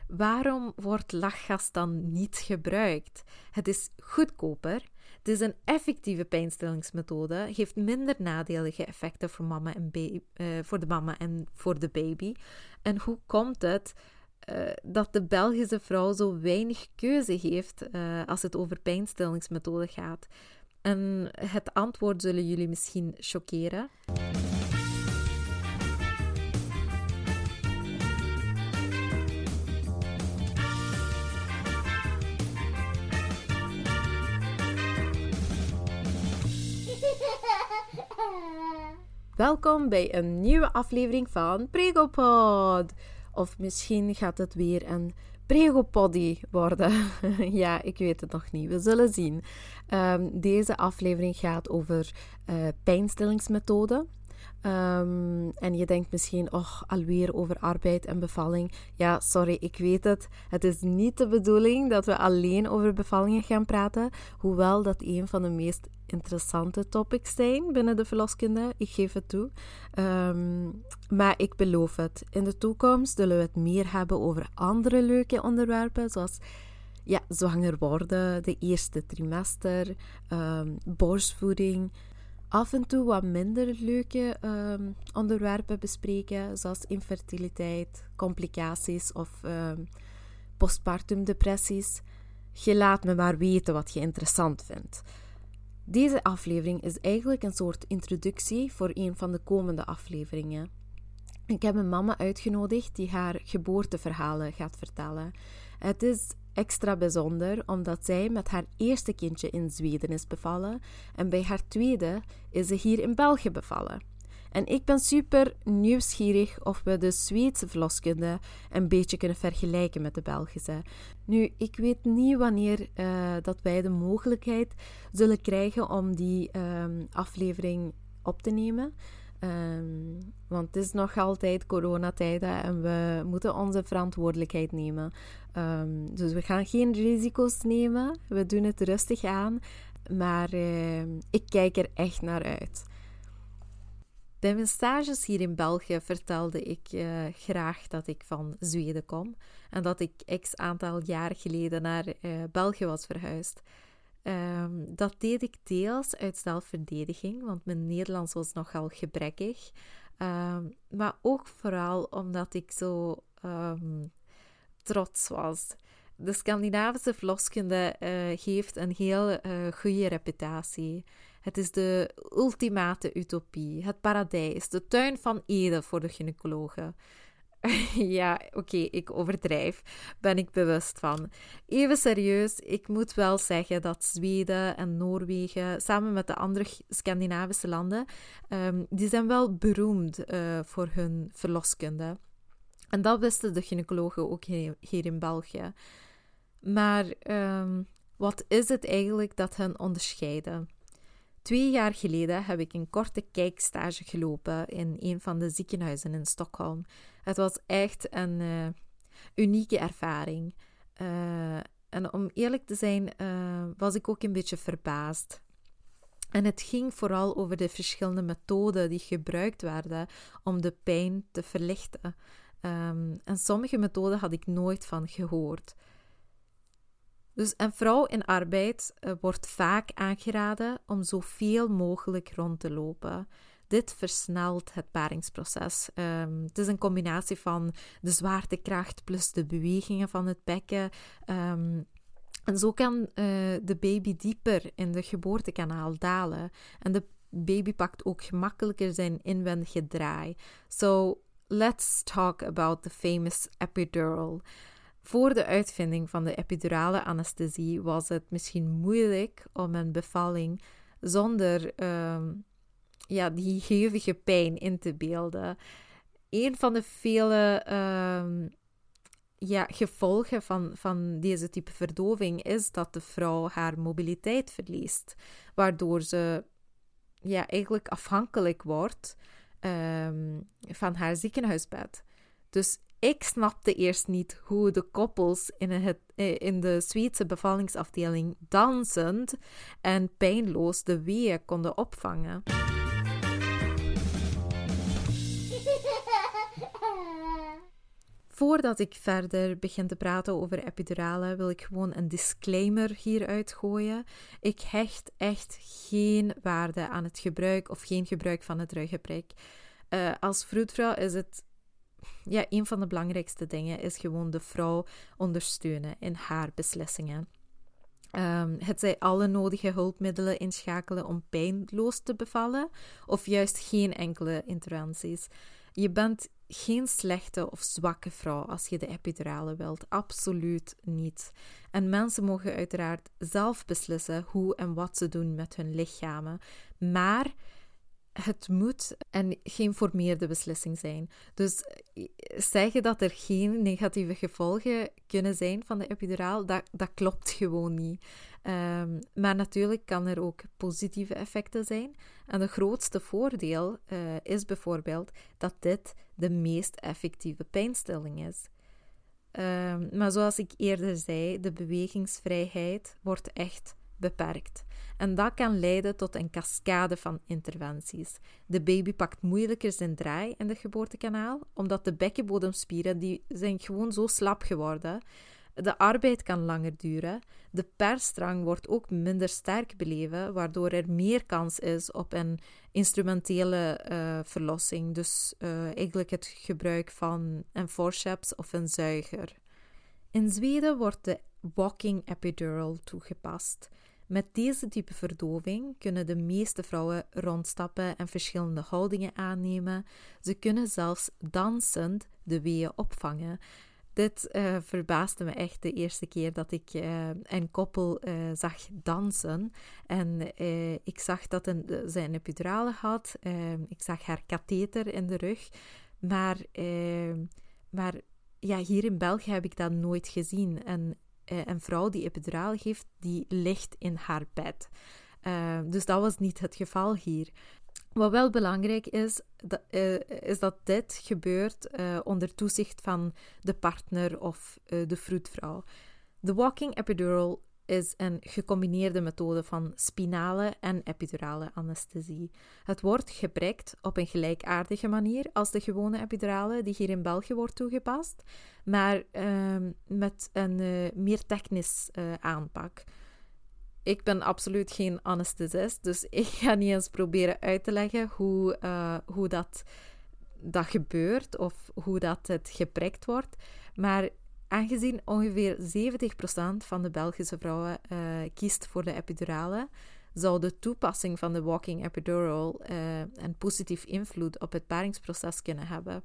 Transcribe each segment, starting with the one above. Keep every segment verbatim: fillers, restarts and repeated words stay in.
Waarom wordt lachgas dan niet gebruikt? Het is goedkoper. Het is een effectieve pijnstillingsmethode. Heeft minder nadelige effecten voor, mama en baby, uh, voor de mama en voor de baby. En hoe komt het uh, dat de Belgische vrouw zo weinig keuze heeft uh, als het over pijnstillingsmethoden gaat? En het antwoord zullen jullie misschien choqueren. Welkom bij een nieuwe aflevering van Pregopod. Of misschien gaat het weer een Pregopoddy worden. Ja, ik weet het nog niet. We zullen zien. Um, deze aflevering gaat over uh, pijnstillingsmethoden. Um, en je denkt misschien, oh, alweer over arbeid en bevalling. Ja, sorry, ik weet het. Het is niet de bedoeling dat we alleen over bevallingen gaan praten. Hoewel dat een van de meest interessante topics zijn binnen de verloskunde. Ik geef het toe. Um, maar ik beloof het. In de toekomst zullen we het meer hebben over andere leuke onderwerpen. Zoals ja, zwanger worden, de eerste trimester, um, borstvoeding. Af en toe wat minder leuke um, onderwerpen bespreken, zoals infertiliteit, complicaties of um, postpartum depressies. Je laat me maar weten wat je interessant vindt. Deze aflevering is eigenlijk een soort introductie voor een van de komende afleveringen. Ik heb een mama uitgenodigd die haar geboorteverhalen gaat vertellen. Het is extra bijzonder omdat zij met haar eerste kindje in Zweden is bevallen en bij haar tweede is ze hier in België bevallen. En ik ben super nieuwsgierig of we de Zweedse verloskunde een beetje kunnen vergelijken met de Belgische. Nu, ik weet niet wanneer uh, dat wij de mogelijkheid zullen krijgen om die um, aflevering op te nemen. Um, want het is nog altijd coronatijden en we moeten onze verantwoordelijkheid nemen. Um, dus we gaan geen risico's nemen. We doen het rustig aan. Maar uh, ik kijk er echt naar uit. Bij mijn stages hier in België vertelde ik uh, graag dat ik van Zweden kom. En dat ik x aantal jaar geleden naar uh, België was verhuisd. Um, dat deed ik deels uit zelfverdediging, want mijn Nederlands was nogal gebrekkig. Um, maar ook vooral omdat ik zo um, trots was. De Scandinavische verloskunde uh, heeft een heel uh, goede reputatie. Het is de ultimate utopie, het paradijs, de tuin van Eden voor de gynaecologen. Ja, oké, okay, ik overdrijf, ben ik bewust van. Even serieus, ik moet wel zeggen dat Zweden en Noorwegen, samen met de andere Scandinavische landen, um, die zijn wel beroemd uh, voor hun verloskunde. En dat wisten de gynaecologen ook hier, hier in België. Maar um, wat is het eigenlijk dat hen onderscheiden? Twee jaar geleden heb ik een korte kijkstage gelopen in een van de ziekenhuizen in Stockholm. Het was echt een uh, unieke ervaring. Uh, en om eerlijk te zijn, uh, was ik ook een beetje verbaasd. En het ging vooral over de verschillende methoden die gebruikt werden om de pijn te verlichten. Um, en sommige methoden had ik nooit van gehoord. Dus een vrouw in arbeid uh, wordt vaak aangeraden om zoveel mogelijk rond te lopen. Dit versnelt het baringsproces. Um, het is een combinatie van de zwaartekracht plus de bewegingen van het bekken. Um, en zo kan uh, de baby dieper in de geboortekanaal dalen. En de baby pakt ook gemakkelijker zijn inwendige draai. So, let's talk about the famous epidural. Voor de uitvinding van de epidurale anesthesie was het misschien moeilijk om een bevalling zonder um, ja, die hevige pijn in te beelden. Een van de vele um, ja, gevolgen van, van deze type verdoving is dat de vrouw haar mobiliteit verliest, waardoor ze ja, eigenlijk afhankelijk wordt um, van haar ziekenhuisbed. Dus ik snapte eerst niet hoe de koppels in, het, in de Zweedse bevallingsafdeling dansend en pijnloos de weeën konden opvangen. Voordat ik verder begin te praten over epiduralen, wil ik gewoon een disclaimer hieruit gooien. Ik hecht echt geen waarde aan het gebruik of geen gebruik van het ruggenprik. Uh, als vroedvrouw is het, ja, een van de belangrijkste dingen is gewoon de vrouw ondersteunen in haar beslissingen. Um, het zij alle nodige hulpmiddelen inschakelen om pijnloos te bevallen of juist geen enkele interventies. Je bent geen slechte of zwakke vrouw als je de epidurale wilt. Absoluut niet. En mensen mogen uiteraard zelf beslissen hoe en wat ze doen met hun lichamen. Maar het moet een geïnformeerde beslissing zijn. Dus zeggen dat er geen negatieve gevolgen kunnen zijn van de epiduraal, dat, dat klopt gewoon niet. Um, maar natuurlijk kan er ook positieve effecten zijn. En het grootste voordeel uh, is bijvoorbeeld dat dit de meest effectieve pijnstilling is. Um, maar zoals ik eerder zei, de bewegingsvrijheid wordt echt beperkt. En dat kan leiden tot een cascade van interventies. De baby pakt moeilijker zijn draai in het geboortekanaal, omdat de bekkenbodemspieren die zijn gewoon zo slap geworden. De arbeid kan langer duren. De persdrang wordt ook minder sterk beleven, waardoor er meer kans is op een instrumentele uh, verlossing. Dus uh, eigenlijk het gebruik van een forceps of een zuiger. In Zweden wordt de walking epidural toegepast. Met deze type verdoving kunnen de meeste vrouwen rondstappen en verschillende houdingen aannemen. Ze kunnen zelfs dansend de weeën opvangen. Dit uh, verbaasde me echt de eerste keer dat ik uh, een koppel uh, zag dansen. En uh, ik zag dat een, zij een epidurale had. Uh, ik zag haar katheter in de rug. Maar, uh, maar ja, hier in België heb ik dat nooit gezien. En een vrouw die epiduraal heeft, die ligt in haar bed. Uh, dus dat was niet het geval hier. Wat wel belangrijk is, dat, uh, is dat dit gebeurt uh, onder toezicht van de partner of uh, de vroedvrouw. De walking epidural is een gecombineerde methode van spinale en epidurale anesthesie. Het wordt geprikt op een gelijkaardige manier als de gewone epidurale die hier in België wordt toegepast, maar uh, met een uh, meer technisch uh, aanpak. Ik ben absoluut geen anesthesist, dus ik ga niet eens proberen uit te leggen hoe, uh, hoe dat, dat gebeurt of hoe dat het geprikt wordt, maar aangezien ongeveer zeventig procent van de Belgische vrouwen uh, kiest voor de epidurale, zou de toepassing van de walking epidural uh, een positief invloed op het baringsproces kunnen hebben.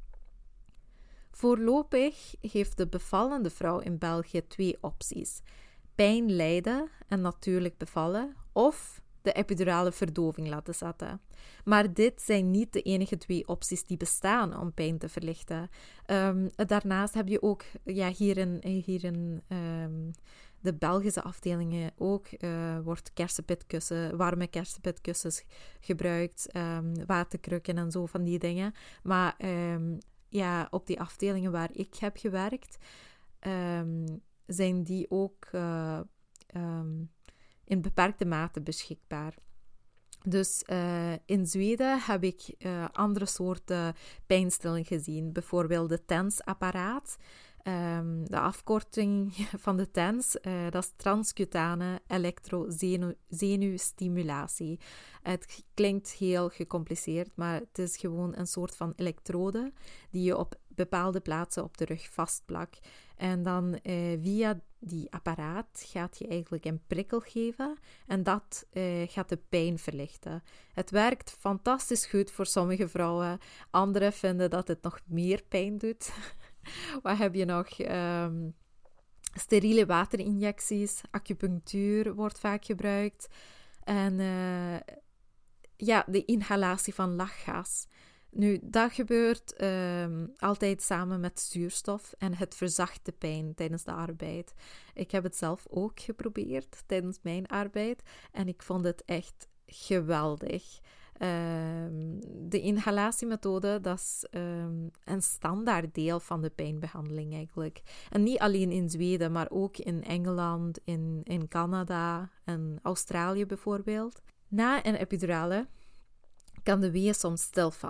Voorlopig heeft de bevallende vrouw in België twee opties: pijn lijden en natuurlijk bevallen, of de epidurale verdoving laten zetten. Maar dit zijn niet de enige twee opties die bestaan om pijn te verlichten. Um, daarnaast heb je ook ja, hier in, hier in um, de Belgische afdelingen ook uh, wordt kersenpitkussen, warme kersenpitkussens gebruikt, um, waterkrukken en zo van die dingen. Maar um, ja, op die afdelingen waar ik heb gewerkt, um, zijn die ook uh, um, in beperkte mate beschikbaar. Dus uh, in Zweden heb ik uh, andere soorten pijnstilling gezien. Bijvoorbeeld de T E N S-apparaat. Um, de afkorting van de T E N S, uh, dat is transcutane elektrozenuwstimulatie. Het klinkt heel gecompliceerd, maar het is gewoon een soort van elektrode die je op bepaalde plaatsen op de rug vastplakt. En dan uh, via die apparaat gaat je eigenlijk een prikkel geven en dat uh, gaat de pijn verlichten. Het werkt fantastisch goed voor sommige vrouwen. Anderen vinden dat het nog meer pijn doet. Wat heb je nog? Um, steriele waterinjecties, acupunctuur wordt vaak gebruikt. En uh, ja, de inhalatie van lachgas. Nu, dat gebeurt um, altijd samen met zuurstof en het verzacht de pijn tijdens de arbeid. Ik heb het zelf ook geprobeerd tijdens mijn arbeid en ik vond het echt geweldig. Um, de inhalatiemethode, dat is um, een standaard deel van de pijnbehandeling eigenlijk. En niet alleen in Zweden, maar ook in Engeland, in, in Canada en Australië bijvoorbeeld. Na een epidurale kan de weeën soms stilvallen.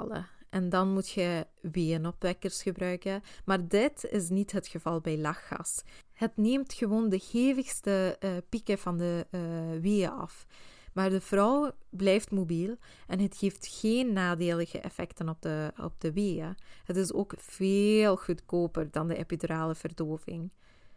En dan moet je weeënopwekkers gebruiken. Maar dit is niet het geval bij lachgas. Het neemt gewoon de hevigste uh, pieken van de uh, weeën af. Maar de vrouw blijft mobiel en het geeft geen nadelige effecten op de, op de weeën. Het is ook veel goedkoper dan de epidurale verdoving.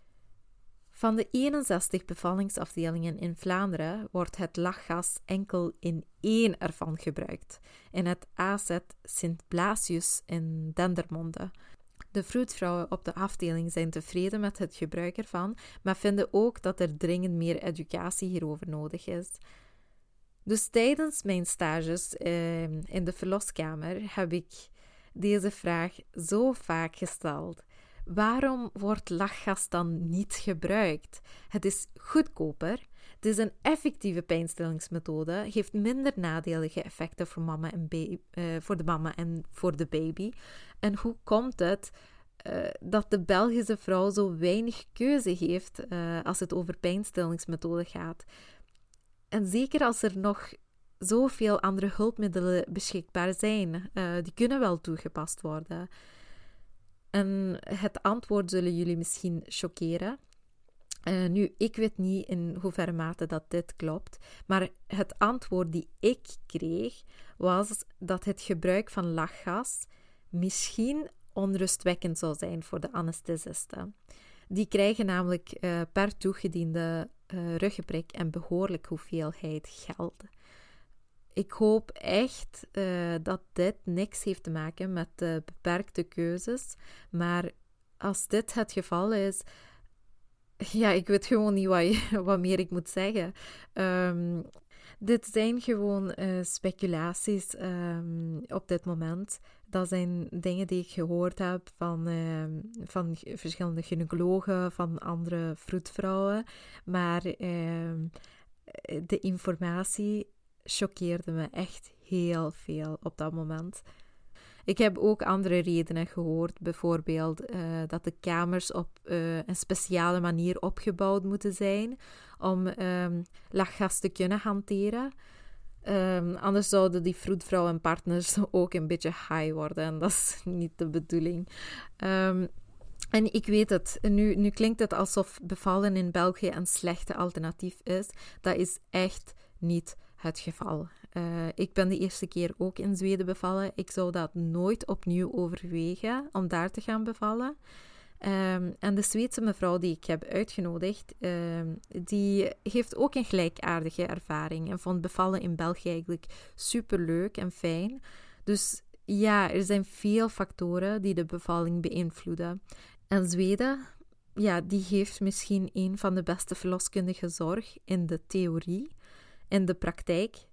Van de eenenzestig bevallingsafdelingen in Vlaanderen wordt het lachgas enkel in één ervan gebruikt, in het A Z Sint Blasius in Dendermonde. De vroedvrouwen op de afdeling zijn tevreden met het gebruik ervan, maar vinden ook dat er dringend meer educatie hierover nodig is. Dus tijdens mijn stages eh, in de verloskamer heb ik deze vraag zo vaak gesteld. Waarom wordt lachgas dan niet gebruikt? Het is goedkoper, het is een effectieve pijnstillingsmethode, heeft minder nadelige effecten voor, mama en baby, uh, voor de mama en voor de baby. En hoe komt het uh, dat de Belgische vrouw zo weinig keuze heeft uh, als het over pijnstillingsmethode gaat? En zeker als er nog zoveel andere hulpmiddelen beschikbaar zijn, uh, die kunnen wel toegepast worden. En het antwoord zullen jullie misschien choqueren. Uh, nu, ik weet niet in hoeverre mate dat dit klopt, maar het antwoord die ik kreeg was dat het gebruik van lachgas misschien onrustwekkend zou zijn voor de anesthesisten. Die krijgen namelijk uh, per toegediende uh, ruggenprik een behoorlijk hoeveelheid geld. Ik hoop echt uh, dat dit niks heeft te maken met de beperkte keuzes. Maar als dit het geval is, ja, ik weet gewoon niet wat, wat meer ik moet zeggen. Um, dit zijn gewoon uh, speculaties um, op dit moment. Dat zijn dingen die ik gehoord heb van, uh, van verschillende gynaecologen, van andere vroedvrouwen. Maar uh, de informatie choqueerde me echt heel veel op dat moment. Ik heb ook andere redenen gehoord, bijvoorbeeld uh, dat de kamers op uh, een speciale manier opgebouwd moeten zijn om um, lachgas te kunnen hanteren. Um, anders zouden die vroedvrouwen en partners ook een beetje high worden en dat is niet de bedoeling. Um, En ik weet het, nu, nu klinkt het alsof bevallen in België een slechte alternatief is. Dat is echt niet het geval. Uh, ik ben de eerste keer ook in Zweden bevallen. Ik zou dat nooit opnieuw overwegen om daar te gaan bevallen. Um, en de Zweedse mevrouw die ik heb uitgenodigd, um, die heeft ook een gelijkaardige ervaring en vond bevallen in België eigenlijk superleuk en fijn. Dus ja, er zijn veel factoren die de bevalling beïnvloeden. En Zweden, ja, die heeft misschien een van de beste verloskundige zorg in de theorie. In de praktijk,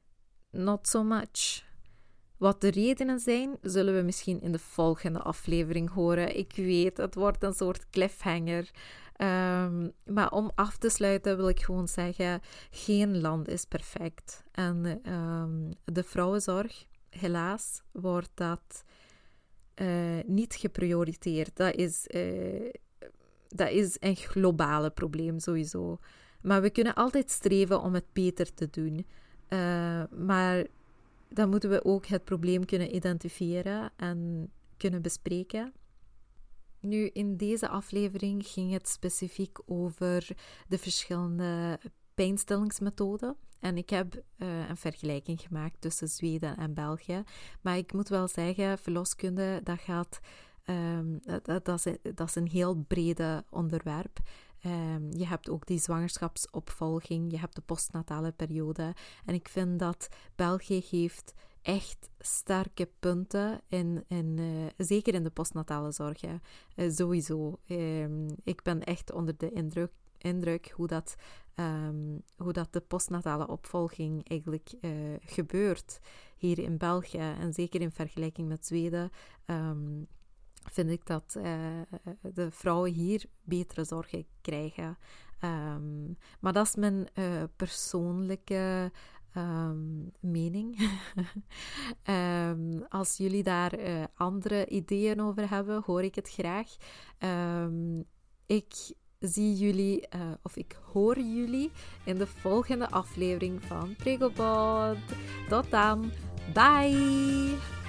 not so much. Wat de redenen zijn, zullen we misschien in de volgende aflevering horen. Ik weet, het wordt een soort cliffhanger. Um, maar om af te sluiten wil ik gewoon zeggen, geen land is perfect. En um, de vrouwenzorg, helaas, wordt dat uh, niet geprioriteerd. Dat is, uh, dat is een globale probleem sowieso. Maar we kunnen altijd streven om het beter te doen. Uh, maar dan moeten we ook het probleem kunnen identifiëren en kunnen bespreken. Nu, in deze aflevering ging het specifiek over de verschillende pijnstillingsmethoden. En ik heb uh, een vergelijking gemaakt tussen Zweden en België. Maar ik moet wel zeggen, verloskunde, dat gaat... Um, dat, dat, is, dat is een heel brede onderwerp. Um, je hebt ook die zwangerschapsopvolging, je hebt de postnatale periode. En ik vind dat België heeft echt sterke punten, in, in, uh, zeker in de postnatale zorg. Uh, sowieso. Um, ik ben echt onder de indruk, indruk hoe, dat, um, hoe dat de postnatale opvolging eigenlijk uh, gebeurt hier in België. En zeker in vergelijking met Zweden... Um, vind ik dat uh, de vrouwen hier betere zorg krijgen. Um, maar dat is mijn uh, persoonlijke um, mening. um, als jullie daar uh, andere ideeën over hebben, hoor ik het graag. Um, ik zie jullie, uh, of ik hoor jullie in de volgende aflevering van Pregopod. Tot dan. Bye!